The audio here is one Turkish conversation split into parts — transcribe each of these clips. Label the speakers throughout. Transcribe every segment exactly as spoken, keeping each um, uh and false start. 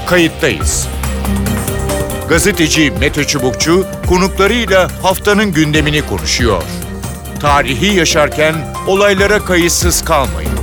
Speaker 1: Kayıttayız. Gazeteci Mete Çubukçu konuklarıyla haftanın gündemini konuşuyor. Tarihi yaşarken olaylara kayıtsız kalmayın.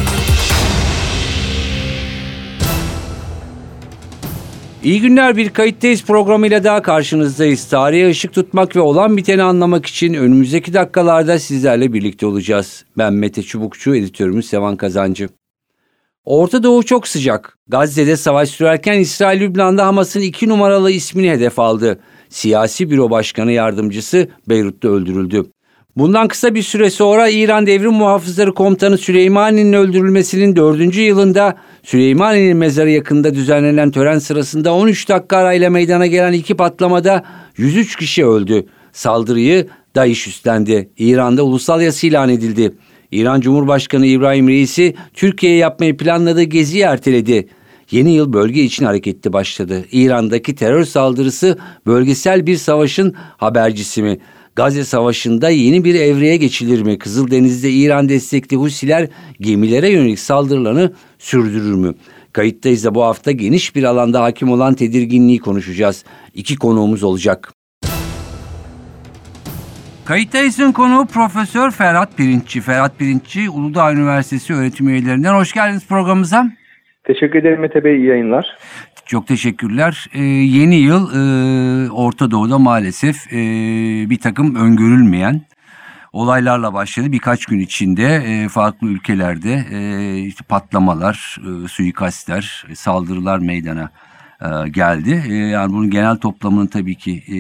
Speaker 2: İyi günler, bir Kayıttayız programıyla daha karşınızdayız. Tarihe ışık tutmak ve olan biteni anlamak için önümüzdeki dakikalarda sizlerle birlikte olacağız. Ben Mete Çubukçu, editörümüz Sevan Kazancı. Orta Doğu çok sıcak. Gazze'de savaş sürerken İsrail Lübnan'da Hamas'ın iki numaralı ismini hedef aldı. Siyasi büro başkanı yardımcısı Beyrut'ta öldürüldü. Bundan kısa bir süre sonra İran Devrim Muhafızları Komutanı Süleymani'nin öldürülmesinin dördüncü yılında Süleymani'nin mezarı yakında düzenlenen tören sırasında on üç dakika arayla meydana gelen iki patlamada yüz üç kişi öldü. Saldırıyı DAEŞ üstlendi. İran'da ulusal yas ilan edildi. İran Cumhurbaşkanı İbrahim Reisi Türkiye'ye yapmayı planladığı geziyi erteledi. Yeni yıl bölge için hareketli başladı. İran'daki terör saldırısı bölgesel bir savaşın habercisi mi? Gazze Savaşı'nda yeni bir evreye geçilir mi? Kızıldeniz'de İran destekli Husiler gemilere yönelik saldırılarını sürdürür mü? Kayıttayız da bu hafta geniş bir alanda hakim olan tedirginliği konuşacağız. İki konuğumuz olacak. Kayıttayız'ın konuğu Profesör Ferhat Pirinççi. Ferhat Pirinççi, Uludağ Üniversitesi öğretim üyelerinden. Hoş geldiniz programımıza.
Speaker 3: Teşekkür ederim Mete Bey, iyi yayınlar.
Speaker 2: Çok teşekkürler. Ee, yeni yıl e, Orta Doğu'da maalesef e, bir takım öngörülmeyen olaylarla başladı. Birkaç gün içinde e, farklı ülkelerde e, işte patlamalar, e, suikastler, e, saldırılar meydana e, geldi. E, yani bunun genel toplamını tabii ki e,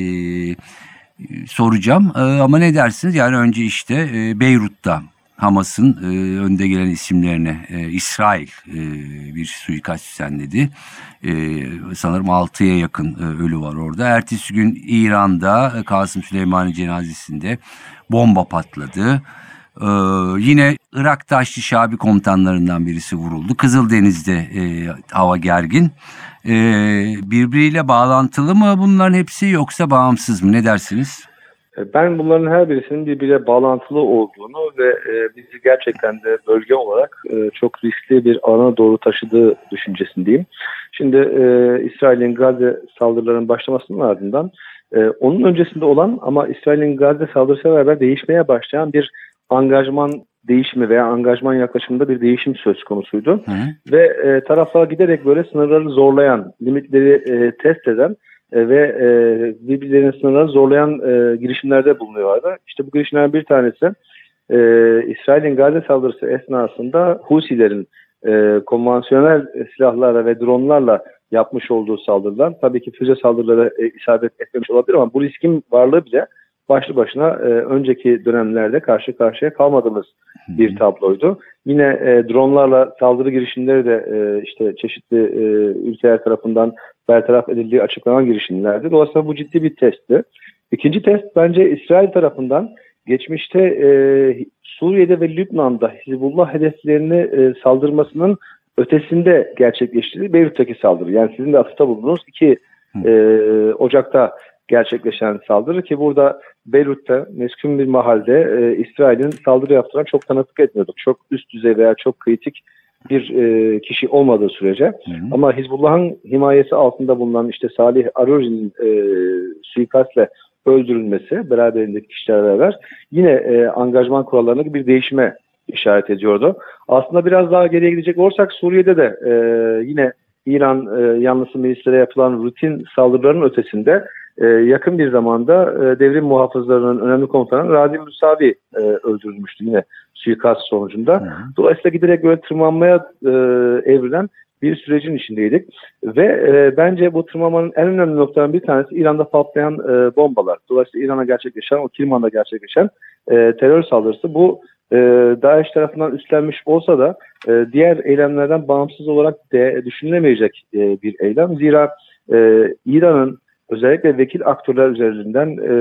Speaker 2: soracağım. E, ama ne dersiniz? Yani önce işte e, Beyrut'ta Hamas'ın e, önde gelen isimlerine e, İsrail e, bir suikast düzenledi. E, sanırım altıya yakın e, ölü var orada. Ertesi gün İran'da e, Kasım Süleymani cenazesinde bomba patladı. E, yine Irak'ta Haçlı Şabi komutanlarından birisi vuruldu. Kızıldeniz'de e, hava gergin. E, birbiriyle bağlantılı mı bunların hepsi yoksa bağımsız mı? Ne dersiniz?
Speaker 3: Ben bunların her birisinin birbiriyle bağlantılı olduğunu ve e, bizi gerçekten de bölge olarak e, çok riskli bir alana doğru taşıdığı düşüncesindeyim. Şimdi e, İsrail'in Gazze saldırılarının başlamasının ardından e, onun öncesinde olan ama İsrail'in Gazze saldırısıyla beraber değişmeye başlayan bir angajman değişimi veya angajman yaklaşımında bir değişim söz konusuydu. Hı. Ve e, taraflar giderek böyle sınırları zorlayan, limitleri e, test eden ve e, birbirlerinin sınırlarını zorlayan e, girişimlerde bulunuyorlardı. İşte bu girişimlerden bir tanesi e, İsrail'in Gazze saldırısı esnasında Husilerin e, konvansiyonel silahlarla ve dronlarla yapmış olduğu saldırılar. Tabii ki füze saldırıları e, isabet etmemiş olabilir ama bu riskin varlığı bile başlı başına e, önceki dönemlerde karşı karşıya kalmadığımız bir tabloydu. Yine e, dronlarla saldırı girişimleri de e, işte çeşitli e, ülkeler tarafından bertaraf edildiği açıklanan girişimlerdi. Dolayısıyla bu ciddi bir testti. İkinci test bence İsrail tarafından geçmişte e, Suriye'de ve Lübnan'da Hizbullah hedeflerini e, saldırmasının ötesinde gerçekleştirdiği Beyrut'taki saldırı. Yani sizin de atıfta bulunduğunuz iki e, Ocak'ta gerçekleşen saldırı ki burada Beyrut'ta meskun bir mahallede e, İsrail'in saldırı yaptıran çok tanıklık etmiyorduk. Çok üst düzey veya çok kritik bir e, kişi olmadığı sürece. Hı hı. Ama Hizbullah'ın himayesi altında bulunan işte Salih Aruri'nin e, suikastle öldürülmesi beraberindeki kişilerle beraber yine e, angajman kurallarındaki bir değişime işaret ediyordu. Aslında biraz daha geriye gidecek olursak Suriye'de de e, yine İran e, yanlısı milislere yapılan rutin saldırıların ötesinde e, yakın bir zamanda e, devrim muhafızlarının önemli komutanı Razi Musavi e, öldürülmüştü yine suikast sonucunda. Hı hı. Dolayısıyla giderek böyle tırmanmaya e, evrilen bir sürecin içindeydik. Ve e, bence bu tırmanmanın en önemli noktalarından bir tanesi İran'da patlayan e, bombalar. Dolayısıyla İran'a gerçekleşen, o Kirman'da gerçekleşen e, terör saldırısı bu e, DAEŞ tarafından üstlenmiş olsa da e, diğer eylemlerden bağımsız olarak de, düşünülemeyecek e, bir eylem. Zira e, İran'ın özellikle vekil aktörler üzerinden e,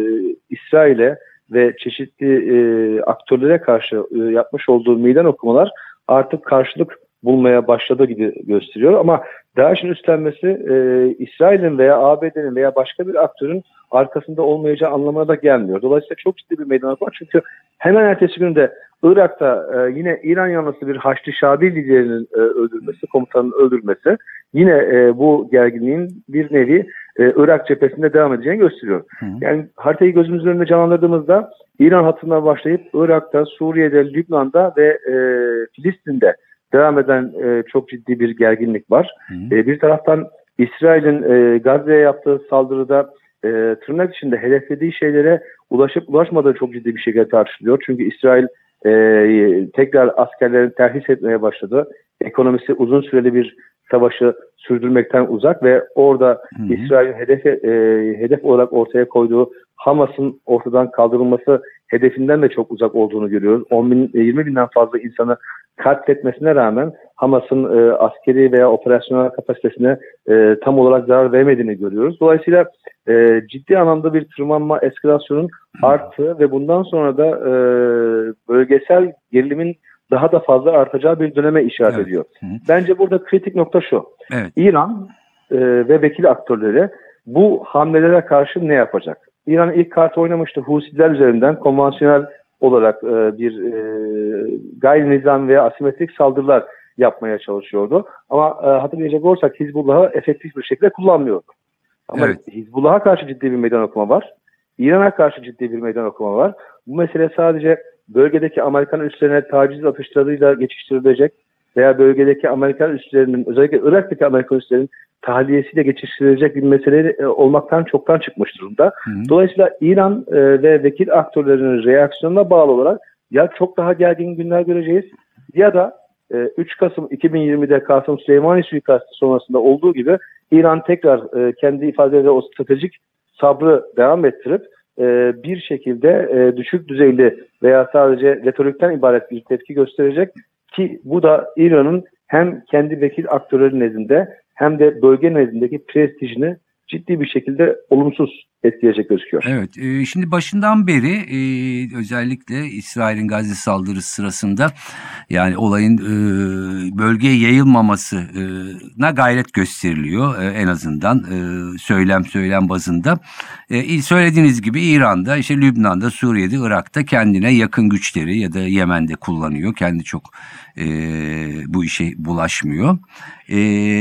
Speaker 3: İsrail'e ve çeşitli e, aktörlere karşı e, yapmış olduğu meydan okumalar artık karşılık bulmaya başladığı gibi gösteriyor. Ama DAEŞ'in üstlenmesi e, İsrail'in veya A B D'nin veya başka bir aktörün arkasında olmayacağı anlamına da gelmiyor. Dolayısıyla çok ciddi bir meydan okuma. Çünkü hemen ertesi günde Irak'ta e, yine İran yanlısı bir Haçlı Şabi liderinin e, öldürülmesi, komutanın öldürülmesi yine e, bu gerginliğin bir nevi e, Irak cephesinde devam edeceğini gösteriyor. Hı. Yani haritayı gözümüzün önünde canlandırdığımızda İran hattından başlayıp Irak'ta, Suriye'de, Lübnan'da ve e, Filistin'de devam eden e, çok ciddi bir gerginlik var. E, bir taraftan İsrail'in e, Gazze'ye yaptığı saldırıda e, tırnak içinde hedeflediği şeylere ulaşıp ulaşmadığı çok ciddi bir şekilde tartışılıyor. Çünkü İsrail e, tekrar askerlerini terhis etmeye başladı. Ekonomisi uzun süreli bir savaşı sürdürmekten uzak ve orada hı hı. İsrail'in hedefe, e, hedef olarak ortaya koyduğu Hamas'ın ortadan kaldırılması hedefinden de çok uzak olduğunu görüyoruz. on bin, yirmi binden fazla insanı katletmesine rağmen Hamas'ın e, askeri veya operasyonel kapasitesine e, tam olarak zarar vermediğini görüyoruz. Dolayısıyla e, ciddi anlamda bir tırmanma, eskalasyonun arttığı ve bundan sonra da e, bölgesel gerilimin daha da fazla artacağı bir döneme işaret evet. ediyor. Hı hı. Bence burada kritik nokta şu. Evet. İran e, ve vekil aktörleri bu hamlelere karşı ne yapacak? İran ilk kartı oynamıştı. Husiler üzerinden konvansiyonel olarak e, bir e, gayri nizam veya asimetrik saldırılar yapmaya çalışıyordu. Ama e, hatırlayacak olursak Hizbullah'ı efektif bir şekilde kullanmıyordu. Ama evet. Hizbullah'a karşı ciddi bir meydan okuma var. İran'a karşı ciddi bir meydan okuma var. Bu mesele sadece bölgedeki Amerikan üslerine taciz atışlarıyla geçiştirilecek veya bölgedeki Amerikan üslerinin, özellikle Irak'taki Amerikan üslerinin tahliyesiyle geçiştirilecek bir mesele e, olmaktan çoktan çıkmış durumda. Hı hı. Dolayısıyla İran e, ve vekil aktörlerinin reaksiyonuna bağlı olarak ya çok daha gergin günler göreceğiz ya da e, üç Kasım iki bin yirmide Kasım Süleymani suikastı sonrasında olduğu gibi İran tekrar e, kendi ifadeleriyle o stratejik sabrı devam ettirip e, bir şekilde e, düşük düzeyli veya sadece retorikten ibaret bir tepki gösterecek ki bu da İran'ın hem kendi vekil aktörleri nezdinde hem de bölge nezdindeki prestijini ciddi bir şekilde olumsuz etkileyecek gözüküyor.
Speaker 2: Evet, e, şimdi başından beri e, özellikle İsrail'in Gazze saldırısı sırasında yani olayın e, bölgeye yayılmamasına gayret gösteriliyor e, en azından e, söylem söylem bazında. E, söylediğiniz gibi İran'da, işte Lübnan'da, Suriye'de, Irak'ta kendine yakın güçleri ya da Yemen'de kullanıyor. Kendi çok e, bu işe bulaşmıyor. E,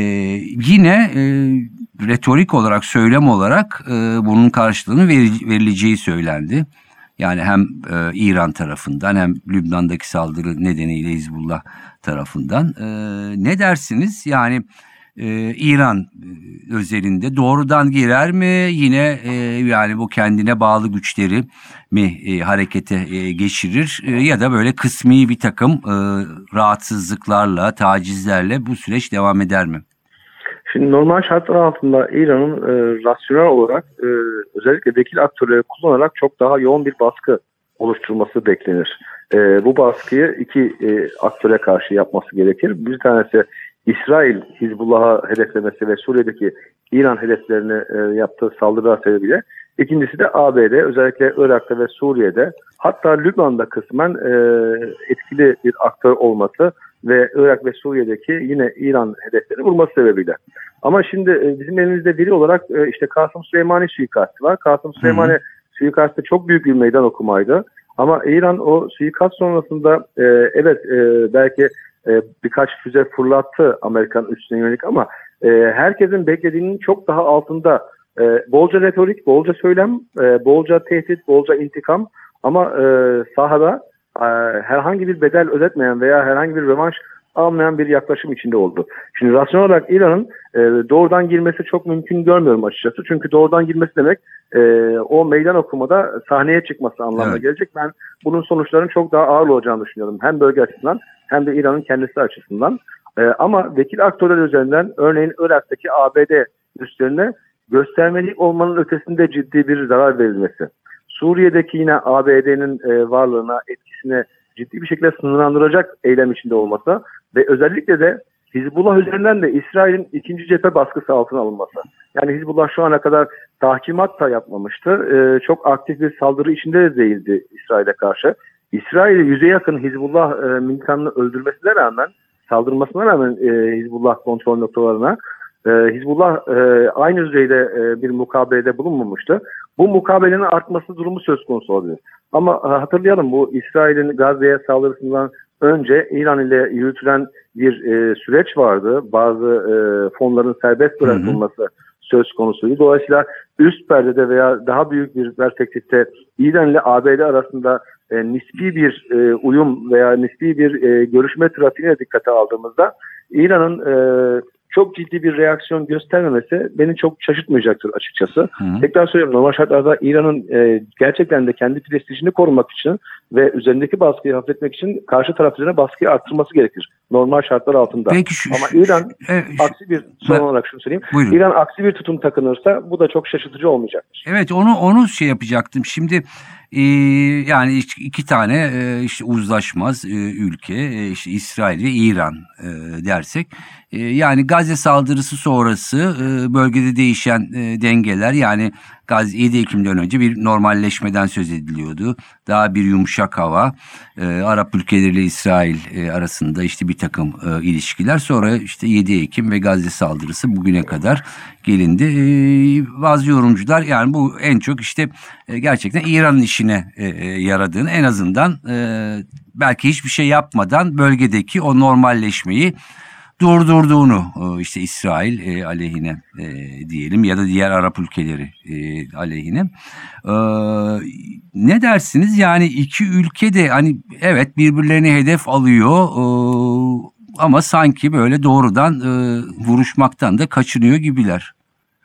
Speaker 2: yine e, retorik olarak, söylem olarak e, bunun karşılığını verileceği söylendi. Yani hem e, İran tarafından hem Lübnan'daki saldırı nedeniyle Hizbullah tarafından. E, ne dersiniz? Yani e, İran e, özelinde doğrudan girer mi? Yine e, yani bu kendine bağlı güçleri mi e, harekete e, geçirir? E, ya da böyle kısmi bir takım e, rahatsızlıklarla, tacizlerle bu süreç devam eder mi?
Speaker 3: Şimdi normal şartlar altında İran'ın e, rasyonel olarak e, özellikle vekil aktörleri kullanarak çok daha yoğun bir baskı oluşturması beklenir. E, bu baskıyı iki e, aktöre karşı yapması gerekir. Bir tanesi İsrail Hizbullah'a hedeflemesi ve Suriye'deki İran hedeflerine e, yaptığı saldırılar sebebiyle. İkincisi de A B D özellikle Irak'ta ve Suriye'de hatta Lübnan'da kısmen e, etkili bir aktör olması ve Irak ve Suriye'deki yine İran hedeflerini vurması sebebiyle. Ama şimdi bizim elimizde biri olarak işte Kasım Süleymani suikastı var. Kasım Süleymani suikastı çok büyük bir meydan okumaydı. Ama İran o suikast sonrasında evet belki birkaç füze fırlattı Amerikan üstüne yönelik ama herkesin beklediğinin çok daha altında bolca retorik, bolca söylem, bolca tehdit, bolca intikam ama sahada herhangi bir bedel ödetmeyen veya herhangi bir rövanş almayan bir yaklaşım içinde oldu. Şimdi rasyonel olarak İran'ın e, doğrudan girmesi çok mümkün görmüyorum açıkçası. Çünkü doğrudan girmesi demek e, o meydan okumada sahneye çıkması anlamına evet. gelecek. Ben bunun sonuçlarının çok daha ağır olacağını düşünüyorum. Hem bölge açısından hem de İran'ın kendisi açısından. E, ama vekil aktörler üzerinden örneğin Irak'taki A B D üslerine göstermelik olmanın ötesinde ciddi bir zarar verilmesi. Suriye'deki yine A B D'nin e, varlığına, etkisine ciddi bir şekilde sınırlandıracak eylem içinde olması ve özellikle de Hizbullah üzerinden de İsrail'in ikinci cephe baskısı altına alınması. Yani Hizbullah şu ana kadar tahkimat da yapmamıştı. E, çok aktif bir saldırı içinde de değildi İsrail'e karşı. İsrail'i yüze yakın Hizbullah e, militanını öldürmesine rağmen, saldırmasına rağmen e, Hizbullah kontrol noktalarına e, Hizbullah e, aynı düzeyde e, bir mukabelede bulunmamıştı. Bu mukabelenin artması durumu söz konusu olabilir. Ama hatırlayalım bu İsrail'in Gazze'ye saldırısından önce İran ile yürütülen bir e, süreç vardı. Bazı e, fonların serbest bırakılması hı hı. söz konusuydu. Dolayısıyla üst perdede veya daha büyük bir perspektifte İran ile A B D arasında e, nispi bir e, uyum veya nispi bir e, görüşme trafiğine dikkate aldığımızda İran'ın e, çok ciddi bir reaksiyon göstermemesi beni çok şaşırtmayacaktır açıkçası. Hı. Tekrar söylüyorum, normal şartlarda İran'ın e, gerçekten de kendi prestijini korumak için ve üzerindeki baskıyı hafifletmek için karşı taraf üzerine baskıyı arttırması gerekir. Normal şartlar altında.
Speaker 2: Peki şu,
Speaker 3: Ama
Speaker 2: şu,
Speaker 3: İran
Speaker 2: şu, şu,
Speaker 3: aksi bir son ben, olarak şunu söyleyeyim.
Speaker 2: Buyurun.
Speaker 3: İran aksi bir tutum takınırsa bu da çok şaşırtıcı olmayacaktır.
Speaker 2: Evet, onu onu şey yapacaktım. Şimdi e, yani iki tane e, işte uzlaşmaz e, ülke e, işte İsrail ve İran e, dersek e, yani Gazze saldırısı sonrası e, bölgede değişen e, dengeler, yani Gazze yedi Ekim'den önce bir normalleşmeden söz ediliyordu. Daha bir yumuşak hava, e, Arap ülkeleriyle İsrail e, arasında işte bir takım e, ilişkiler, sonra işte yedi Ekim ve Gazze saldırısı bugüne kadar gelindi. E, bazı yorumcular yani bu en çok işte e, gerçekten İran'ın işine e, yaradığını, en azından e, belki hiçbir şey yapmadan bölgedeki o normalleşmeyi durdurduğunu, işte İsrail e, aleyhine e, diyelim ya da diğer Arap ülkeleri e, aleyhine. E, ne dersiniz? Yani iki ülke de hani evet birbirlerini hedef alıyor e, ama sanki böyle doğrudan e, vuruşmaktan da kaçınıyor gibiler.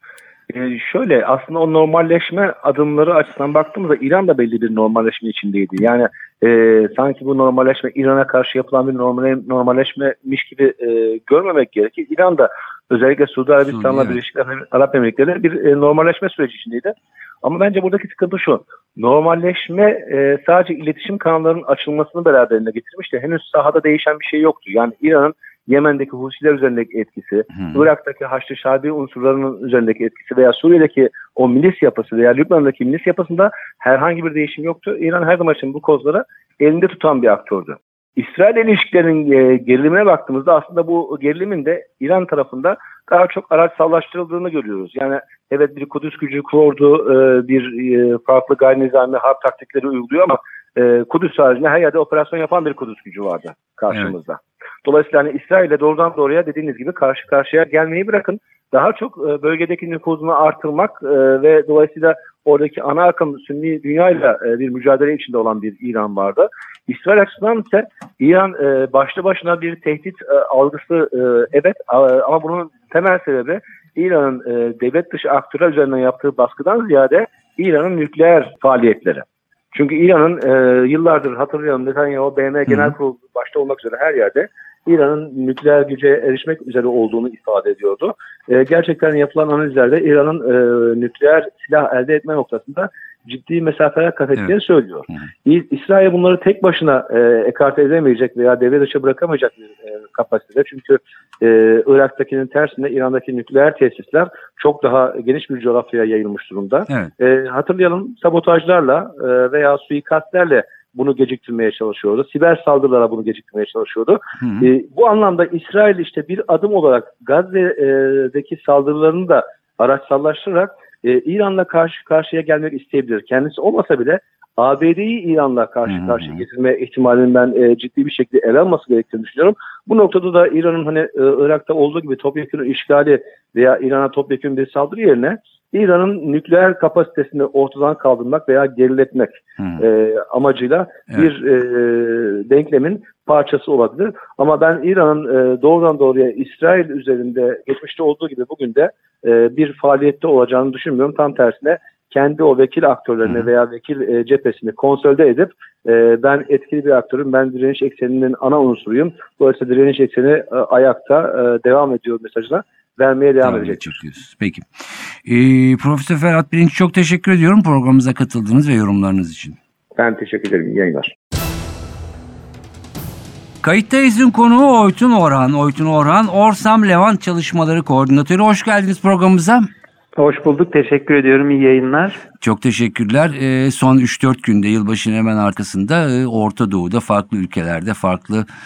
Speaker 3: Ee, şöyle, aslında o normalleşme adımları açısından baktığımızda İran da belli bir normalleşme içindeydi. Yani e, sanki bu normalleşme İran'a karşı yapılan bir normal, normalleşmemiş gibi e, görmemek gerekir. İran da özellikle Suudi Arabistan'la evet. Birleşik Arap Emirlikleri bir e, normalleşme süreci içindeydi. Ama bence buradaki sıkıntı şu: normalleşme e, sadece iletişim kanallarının açılmasını beraberinde getirmişti. Henüz sahada değişen bir şey yoktu. Yani İran'ın Yemen'deki Husiler üzerindeki etkisi, hmm. Irak'taki Haçlı Şabi unsurlarının üzerindeki etkisi veya Suriye'deki o milis yapısı veya Lübnan'daki milis yapısında herhangi bir değişim yoktu. İran her zaman için bu kozları elinde tutan bir aktördü. İsrail ilişkilerinin e, gerilimine baktığımızda aslında bu gerilimin de İran tarafında daha çok araçsallaştırıldığını görüyoruz. Yani evet, bir Kudüs gücü kurdu, e, bir e, farklı gayri nizami harp taktikleri uyguluyor ama e, Kudüs haricinde her yerde operasyon yapan bir Kudüs gücü vardı karşımızda. Evet. Dolayısıyla hani İsrail'le doğrudan doğruya dediğiniz gibi karşı karşıya gelmeyi bırakın, daha çok e, bölgedeki nüfuzunu artırmak e, ve dolayısıyla oradaki ana akım Sünni dünyayla e, bir mücadele içinde olan bir İran vardı. İsrail açısından ise İran e, başlı başına bir tehdit e, algısı e, evet a, ama bunun temel sebebi İran'ın e, devlet dışı aktörler üzerinden yaptığı baskıdan ziyade İran'ın nükleer faaliyetleri. Çünkü İran'ın e, yıllardır hatırlayalım Netanyahu, B M Genel Kurulu başta olmak üzere her yerde İran'ın nükleer güce erişmek üzere olduğunu ifade ediyordu. E, gerçekten yapılan analizlerde İran'ın e, nükleer silah elde etme noktasında ciddi mesafeler kat ettiğini evet. söylüyor. Hı. İsrail bunları tek başına e, ekarte edemeyecek veya devre dışı bırakamayacak bir e, kapasitede. Çünkü e, Irak'takinin tersinde İran'daki nükleer tesisler çok daha geniş bir coğrafyaya yayılmış durumda. Evet. E, hatırlayalım, sabotajlarla e, veya suikastlerle bunu geciktirmeye çalışıyordu. Siber saldırılara bunu geciktirmeye çalışıyordu. Hı hı. E, bu anlamda İsrail işte bir adım olarak Gazze'deki saldırılarını da araçsallaştırarak e, İran'la karşı karşıya gelmek isteyebilir. Kendisi olmasa bile A B D'yi İran'la karşı karşıya getirme ihtimalinin ben e, ciddi bir şekilde ele alması gerektiğini düşünüyorum. Bu noktada da İran'ın hani e, Irak'ta olduğu gibi topyekun işgali veya İran'a topyekun bir saldırı yerine İran'ın nükleer kapasitesini ortadan kaldırmak veya geriletmek e, amacıyla evet. bir e, denklemin parçası olabilir. Ama ben İran'ın e, doğrudan doğruya İsrail üzerinde geçmişte olduğu gibi bugün de e, bir faaliyette olacağını düşünmüyorum. Tam tersine kendi o vekil aktörlerini veya vekil e, cephesini konsolide edip e, ben etkili bir aktörüm, ben direniş ekseninin ana unsuruyum. Dolayısıyla direniş ekseni e, ayakta e, devam ediyor mesajına vermeye devam tamam, edecek.
Speaker 2: Peki. Ee, Profesör Ferhat Birinci, çok teşekkür ediyorum programımıza katıldığınız ve yorumlarınız için.
Speaker 3: Ben teşekkür ederim. İyi yayınlar.
Speaker 2: Kayıttayız'ın konuğu Oytun Orhan. Oytun Orhan, Orsam Levant Çalışmaları Koordinatörü. Hoş geldiniz programımıza.
Speaker 4: Hoş bulduk. Teşekkür ediyorum. İyi yayınlar.
Speaker 2: Çok teşekkürler. Ee, son üç dört günde, yılbaşının hemen arkasında e, Orta Doğu'da, farklı ülkelerde, farklı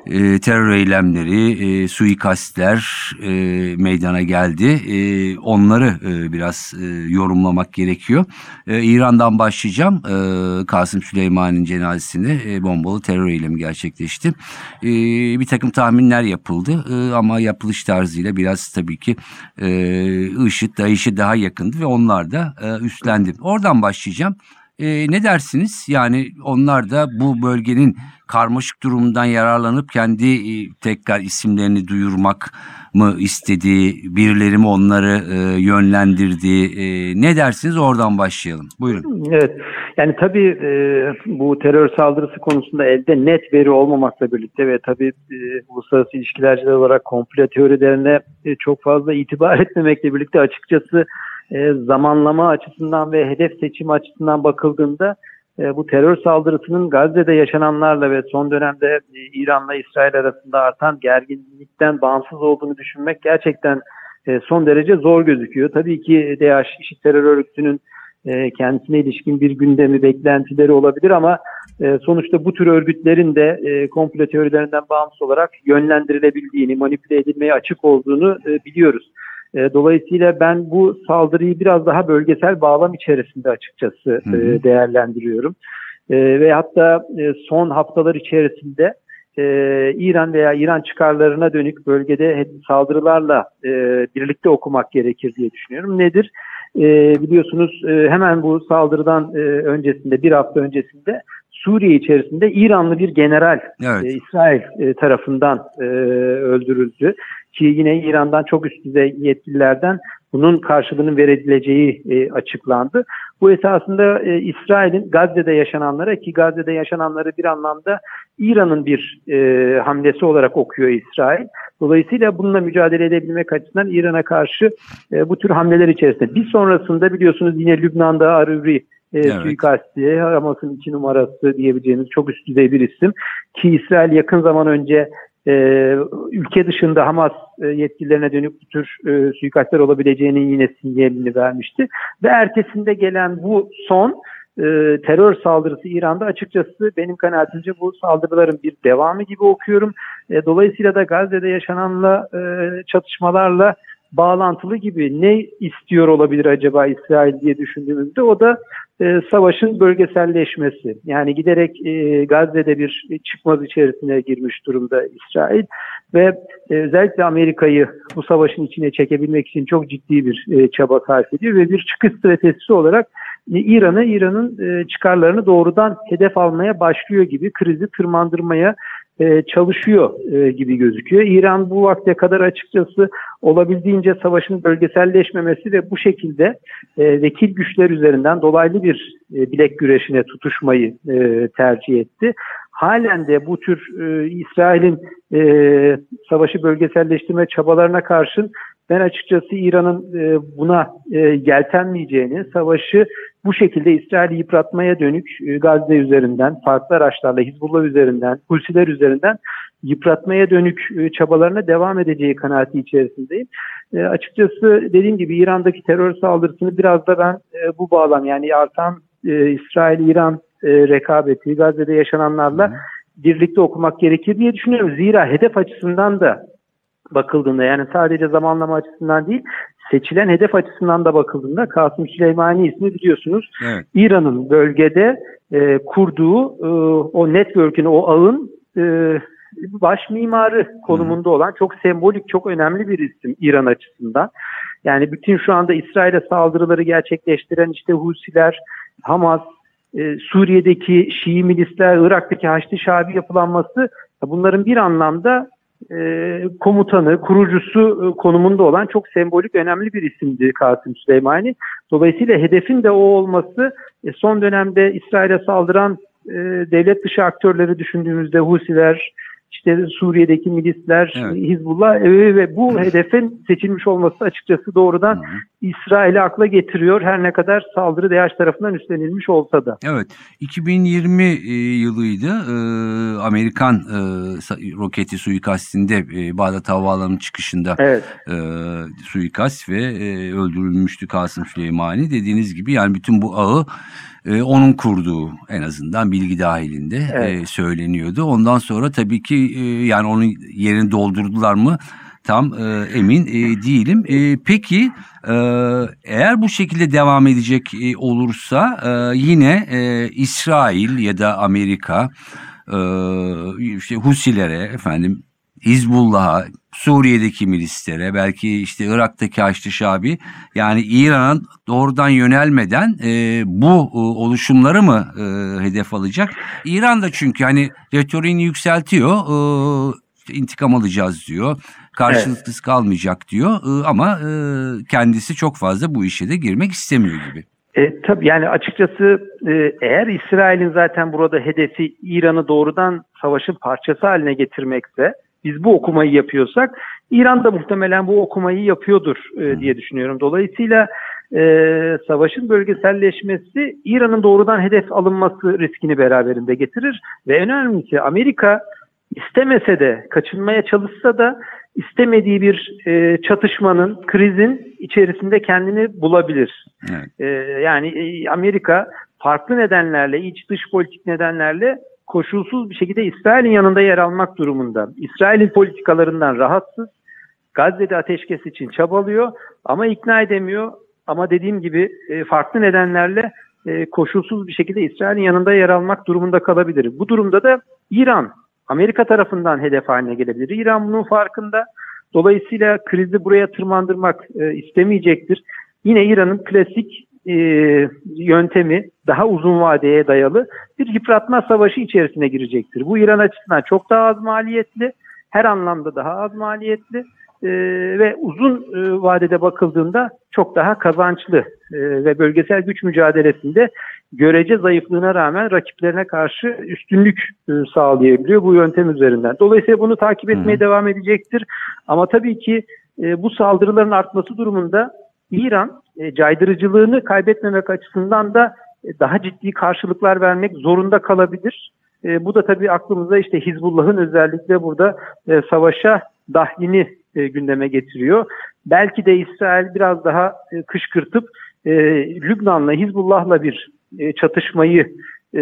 Speaker 2: e, terör eylemleri, e, suikastler e, meydana geldi. E, onları e, biraz e, yorumlamak gerekiyor. E, İran'dan başlayacağım. E, Kasım Süleyman'ın cenazesinde e, bombalı terör eylemi gerçekleşti. E, bir takım tahminler yapıldı e, ama yapılış tarzıyla biraz tabii ki e, IŞİD, DAEŞ'e daha yakındı ve onlar da e, üstlendi. Oradan başlayacağım. E, ne dersiniz? Yani onlar da bu bölgenin karmaşık durumundan yararlanıp kendi e, tekrar isimlerini duyurmak mı istedi? Birileri mi onları e, yönlendirdi? E, ne dersiniz? Oradan başlayalım. Buyurun.
Speaker 4: Evet. Yani tabii e, bu terör saldırısı konusunda elde net veri olmamakla birlikte ve tabii e, uluslararası ilişkilerciler olarak komplo teorilerine e, çok fazla itibar etmemekle birlikte açıkçası e, zamanlama açısından ve hedef seçimi açısından bakıldığında e, bu terör saldırısının Gazze'de yaşananlarla ve son dönemde e, İran'la İsrail arasında artan gerginlikten bağımsız olduğunu düşünmek gerçekten e, son derece zor gözüküyor. Tabii ki DAEŞ, IŞİD terör örgütünün e, kendisine ilişkin bir gündemi, beklentileri olabilir ama e, sonuçta bu tür örgütlerin de e, komplo teorilerinden bağımsız olarak yönlendirilebildiğini, manipüle edilmeye açık olduğunu e, biliyoruz. E, dolayısıyla ben bu saldırıyı biraz daha bölgesel bağlam içerisinde açıkçası e, değerlendiriyorum. E, ve hatta e, son haftalar içerisinde e, İran veya İran çıkarlarına dönük bölgede saldırılarla e, birlikte okumak gerekir diye düşünüyorum. Nedir? E, biliyorsunuz e, hemen bu saldırıdan e, öncesinde, bir hafta öncesinde Suriye içerisinde İranlı bir general
Speaker 2: Evet.
Speaker 4: e, İsrail e, tarafından e, öldürüldü. Ki yine İran'dan çok üst düzey yetkililerden bunun karşılığının verileceği e, açıklandı. Bu esasında e, İsrail'in Gazze'de yaşananlara, ki Gazze'de yaşananları bir anlamda İran'ın bir e, hamlesi olarak okuyor İsrail. Dolayısıyla bununla mücadele edebilmek açısından İran'a karşı e, bu tür hamleler içerisinde. Bir sonrasında biliyorsunuz yine Lübnan'da Aruri e,
Speaker 2: evet.
Speaker 4: suikasti, Hamas'ın iki numarası diyebileceğimiz çok üst düzey bir isim. Ki İsrail yakın zaman önce Ee, ülke dışında Hamas e, yetkililerine dönük bu tür e, suikastler olabileceğinin yine sinyalini vermişti. Ve ertesinde gelen bu son e, terör saldırısı İran'da açıkçası benim kanaatimce bu saldırıların bir devamı gibi okuyorum. E, dolayısıyla da Gazze'de yaşananla e, çatışmalarla bağlantılı gibi ne istiyor olabilir acaba İsrail diye düşündüğümüzde o da e, savaşın bölgeselleşmesi. Yani giderek e, Gazze'de bir çıkmaz içerisine girmiş durumda İsrail ve e, özellikle Amerika'yı bu savaşın içine çekebilmek için çok ciddi bir e, çaba sarf ediyor ve bir çıkış stratejisi olarak e, İran'ı, İran'ın e, çıkarlarını doğrudan hedef almaya başlıyor gibi, krizi tırmandırmaya e, çalışıyor e, gibi gözüküyor. İran bu vakte kadar açıkçası olabildiğince savaşın bölgeselleşmemesi ve bu şekilde e, vekil güçler üzerinden dolaylı bir e, bilek güreşine tutuşmayı e, tercih etti. Halen de bu tür e, İsrail'in e, savaşı bölgeselleştirme çabalarına karşın ben açıkçası İran'ın e, buna e, yeltenmeyeceğini, savaşı bu şekilde İsrail'i yıpratmaya dönük e, Gazze üzerinden, farklı araçlarla Hizbullah üzerinden, Husiler üzerinden yıpratmaya dönük e, çabalarına devam edeceği kanaati içerisindeyim. E, açıkçası dediğim gibi İran'daki terör saldırısını biraz da ben e, bu bağlam, yani artan e, İsrail-İran e, rekabeti, Gazze'de yaşananlarla birlikte okumak gerekir diye düşünüyorum. Zira hedef açısından da bakıldığında, yani sadece zamanlama açısından değil, seçilen hedef açısından da bakıldığında Kasım Süleymani ismi biliyorsunuz.
Speaker 2: Evet.
Speaker 4: İran'ın bölgede e, kurduğu e, o network'ün, o ağın e, baş mimarı konumunda olan çok sembolik, çok önemli bir isim İran açısından. Yani bütün şu anda İsrail'e saldırıları gerçekleştiren işte Husiler, Hamas, e, Suriye'deki Şii milisler, Irak'taki Haçlı Şabi yapılanması, bunların bir anlamda E, komutanı, kurucusu e, konumunda olan çok sembolik, önemli bir isimdi Kasım Süleymani. Dolayısıyla hedefin de o olması, e, son dönemde İsrail'e saldıran e, devlet dışı aktörleri düşündüğümüzde Husiler, işte Suriye'deki milisler,
Speaker 2: evet.
Speaker 4: Hizbullah e, ve bu hedefin seçilmiş olması açıkçası doğrudan hı hı. İsrail'i akla getiriyor. Her ne kadar saldırı DAEŞ tarafından üstlenilmiş olsa da.
Speaker 2: Evet. iki bin yirmi e, yılıydı. E, Amerikan e, roketi suikastinde e, Bağdat Havaalanı'nın çıkışında
Speaker 4: evet.
Speaker 2: e, suikast ve e, öldürülmüştü Kasım Süleymani. Dediğiniz gibi yani bütün bu ağı e, onun kurduğu, en azından bilgi dahilinde
Speaker 4: Evet.
Speaker 2: e, söyleniyordu. Ondan sonra tabii ki e, yani onun yerini doldurdular mı tam e, emin e, değilim. E, peki e, eğer bu şekilde devam edecek e, olursa e, yine e, İsrail ya da Amerika e, işte Husilere, efendim Hizbullah'a, Suriye'deki milislere, belki işte Irak'taki Haçlı Şabi, yani İran'a doğrudan yönelmeden e, bu e, oluşumları mı e, hedef alacak? İran da çünkü hani retoriğini yükseltiyor, e, işte intikam alacağız diyor, karşılıksız kalmayacak diyor e, ama e, kendisi çok fazla bu işe de girmek istemiyor gibi.
Speaker 4: E, tabii yani açıkçası e, eğer İsrail'in zaten burada hedefi İran'ı doğrudan savaşın parçası haline getirmekse, biz bu okumayı yapıyorsak İran da muhtemelen bu okumayı yapıyordur e, diye düşünüyorum. Dolayısıyla e, savaşın bölgeselleşmesi İran'ın doğrudan hedef alınması riskini beraberinde getirir ve en önemlisi Amerika istemese de, kaçınmaya çalışsa da istemediği bir e, çatışmanın, krizin içerisinde kendini bulabilir.
Speaker 2: Evet.
Speaker 4: E, yani e, Amerika farklı nedenlerle, iç dış politik nedenlerle koşulsuz bir şekilde İsrail'in yanında yer almak durumunda. İsrail'in politikalarından rahatsız, Gazze'de ateşkes için çabalıyor ama ikna edemiyor. Ama dediğim gibi e, farklı nedenlerle e, koşulsuz bir şekilde İsrail'in yanında yer almak durumunda kalabilir. Bu durumda da İran, Amerika tarafından hedef haline gelebilir. İran bunun farkında. Dolayısıyla krizi buraya tırmandırmak e, istemeyecektir. Yine İran'ın klasik e, yöntemi daha uzun vadeye dayalı bir yıpratma savaşı içerisine girecektir. Bu İran açısından çok daha az maliyetli, her anlamda daha az maliyetli e, ve uzun e, vadede bakıldığında çok daha kazançlı e, ve bölgesel güç mücadelesinde görece zayıflığına rağmen rakiplerine karşı üstünlük e, sağlayabiliyor bu yöntem üzerinden. Dolayısıyla bunu takip etmeye Hı-hı. devam edecektir. Ama tabii ki e, bu saldırıların artması durumunda İran e, caydırıcılığını kaybetmemek açısından da e, daha ciddi karşılıklar vermek zorunda kalabilir. E, bu da tabii aklımıza işte Hizbullah'ın özellikle burada e, savaşa dahlini e, gündeme getiriyor. Belki de İsrail biraz daha e, kışkırtıp e, Lübnan'la, Hizbullah'la bir e, çatışmayı e,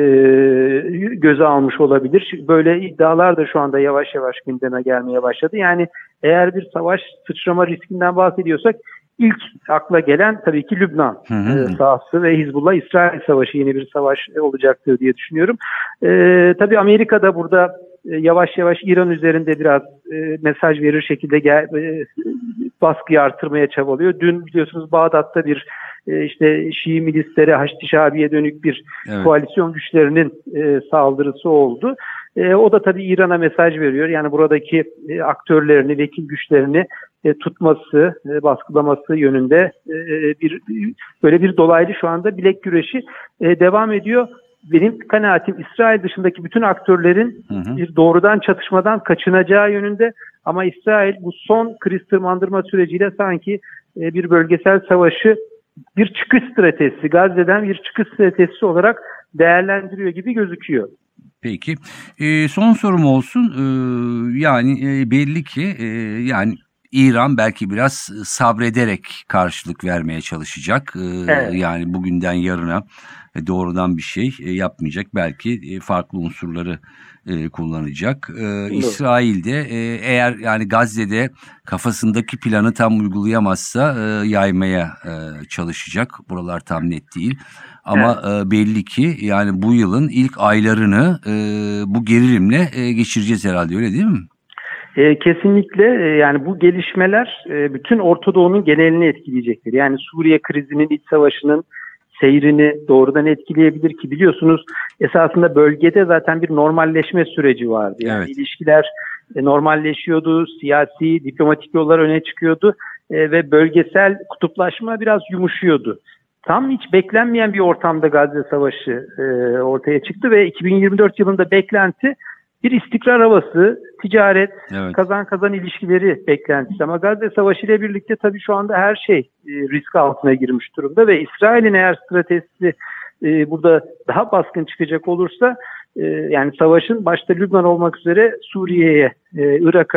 Speaker 4: göze almış olabilir. Böyle iddialar da şu anda yavaş yavaş gündeme gelmeye başladı. Yani eğer bir savaş sıçrama riskinden bahsediyorsak İlk akla gelen tabii ki Lübnan hı hı. E, sahası ve Hizbullah-İsrail savaşı yeni bir savaş olacaktır diye düşünüyorum. E, tabii Amerika da burada e, yavaş yavaş İran üzerinde biraz e, mesaj verir şekilde gel, e, baskıyı artırmaya çabalıyor. Dün biliyorsunuz Bağdat'ta bir e, işte Şii milislere, Haçlı Şabi'ye dönük bir evet. koalisyon güçlerinin e, saldırısı oldu. E, o da tabii İran'a mesaj veriyor. Yani buradaki e, aktörlerini, vekil güçlerini e, tutması, e, baskılaması yönünde e, bir böyle bir dolaylı şu anda bilek güreşi e, devam ediyor. Benim kanaatim İsrail dışındaki bütün aktörlerin hı hı. bir doğrudan çatışmadan kaçınacağı yönünde. Ama İsrail bu son kriz tırmandırma süreciyle sanki e, bir bölgesel savaşı bir çıkış stratejisi, Gazze'den bir çıkış stratejisi olarak değerlendiriyor gibi gözüküyor.
Speaker 2: Peki. E, son sorum olsun. E, yani e, belli ki e, yani İran belki biraz sabrederek karşılık vermeye çalışacak. E, evet. Yani bugünden yarına e, doğrudan bir şey e, yapmayacak. Belki e, farklı unsurları e, kullanacak. E, İsrail'de e, eğer yani Gazze'de kafasındaki planı tam uygulayamazsa e, yaymaya e, çalışacak. Buralar tam net değil. Ama evet. e, belli ki yani bu yılın ilk aylarını e, bu gerilimle e, geçireceğiz herhalde, öyle değil mi?
Speaker 4: E, kesinlikle e, yani bu gelişmeler e, bütün Orta Doğu'nun genelini etkileyecektir. Yani Suriye krizinin, iç savaşının seyrini doğrudan etkileyebilir ki biliyorsunuz esasında bölgede zaten bir normalleşme süreci vardı. Yani evet. ilişkiler e, normalleşiyordu, siyasi, diplomatik yollar öne çıkıyordu e, ve bölgesel kutuplaşma biraz yumuşuyordu. Tam hiç beklenmeyen bir ortamda Gazze Savaşı e, ortaya çıktı ve iki bin yirmi dört yılında beklenti bir istikrar havası, ticaret, evet. kazan kazan ilişkileri beklentisi. Ama Gazze Savaşı ile birlikte tabii şu anda her şey e, risk altına girmiş durumda ve İsrail'in eğer stratejisi e, burada daha baskın çıkacak olursa e, yani savaşın başta Lübnan olmak üzere Suriye'ye, e, Irak'a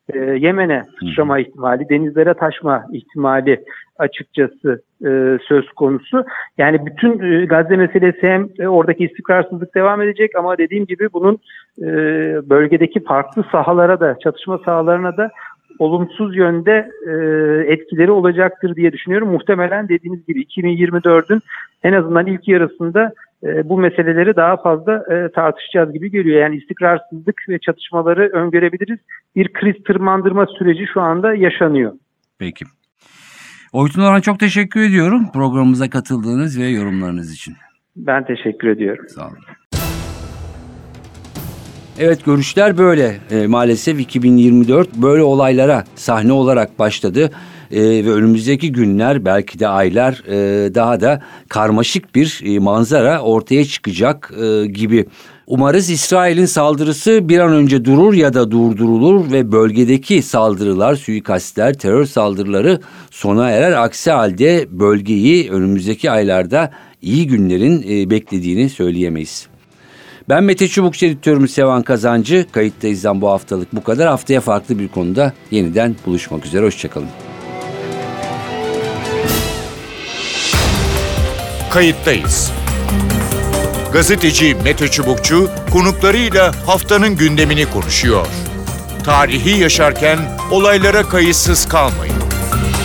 Speaker 4: e, Yemen'e sıçrama ihtimali, denizlere taşma ihtimali açıkçası e, söz konusu. Yani bütün e, Gazze meselesi hem e, oradaki istikrarsızlık devam edecek ama dediğim gibi bunun e, bölgedeki farklı sahalara da, çatışma sahalarına da olumsuz yönde e, etkileri olacaktır diye düşünüyorum. Muhtemelen dediğiniz gibi iki bin yirmi dördün en azından ilk yarısında e, bu meseleleri daha fazla e, tartışacağız gibi geliyor. Yani istikrarsızlık ve çatışmaları öngörebiliriz. Bir kriz tırmandırma süreci şu anda yaşanıyor.
Speaker 2: Peki. Oytun Orhan, çok teşekkür ediyorum programımıza katıldığınız ve yorumlarınız için.
Speaker 4: Ben teşekkür ediyorum.
Speaker 2: Sağ olun. Evet, görüşler böyle. E, maalesef iki bin yirmi dört böyle olaylara sahne olarak başladı. E, ve önümüzdeki günler, belki de aylar e, daha da karmaşık bir e, manzara ortaya çıkacak e, gibi. Umarız İsrail'in saldırısı bir an önce durur ya da durdurulur ve bölgedeki saldırılar, suikastler, terör saldırıları sona erer. Aksi halde bölgeyi önümüzdeki aylarda iyi günlerin e, beklediğini söyleyemeyiz. Ben Mete Çubukçu, editörümüz Sevan Kazancı. Kayıttayız'dan bu haftalık bu kadar. Haftaya farklı bir konuda yeniden buluşmak üzere. Hoşçakalın.
Speaker 1: Kayıttayız. Gazeteci Mete Çubukçu konuklarıyla haftanın gündemini konuşuyor. Tarihi yaşarken olaylara kayıtsız kalmayın.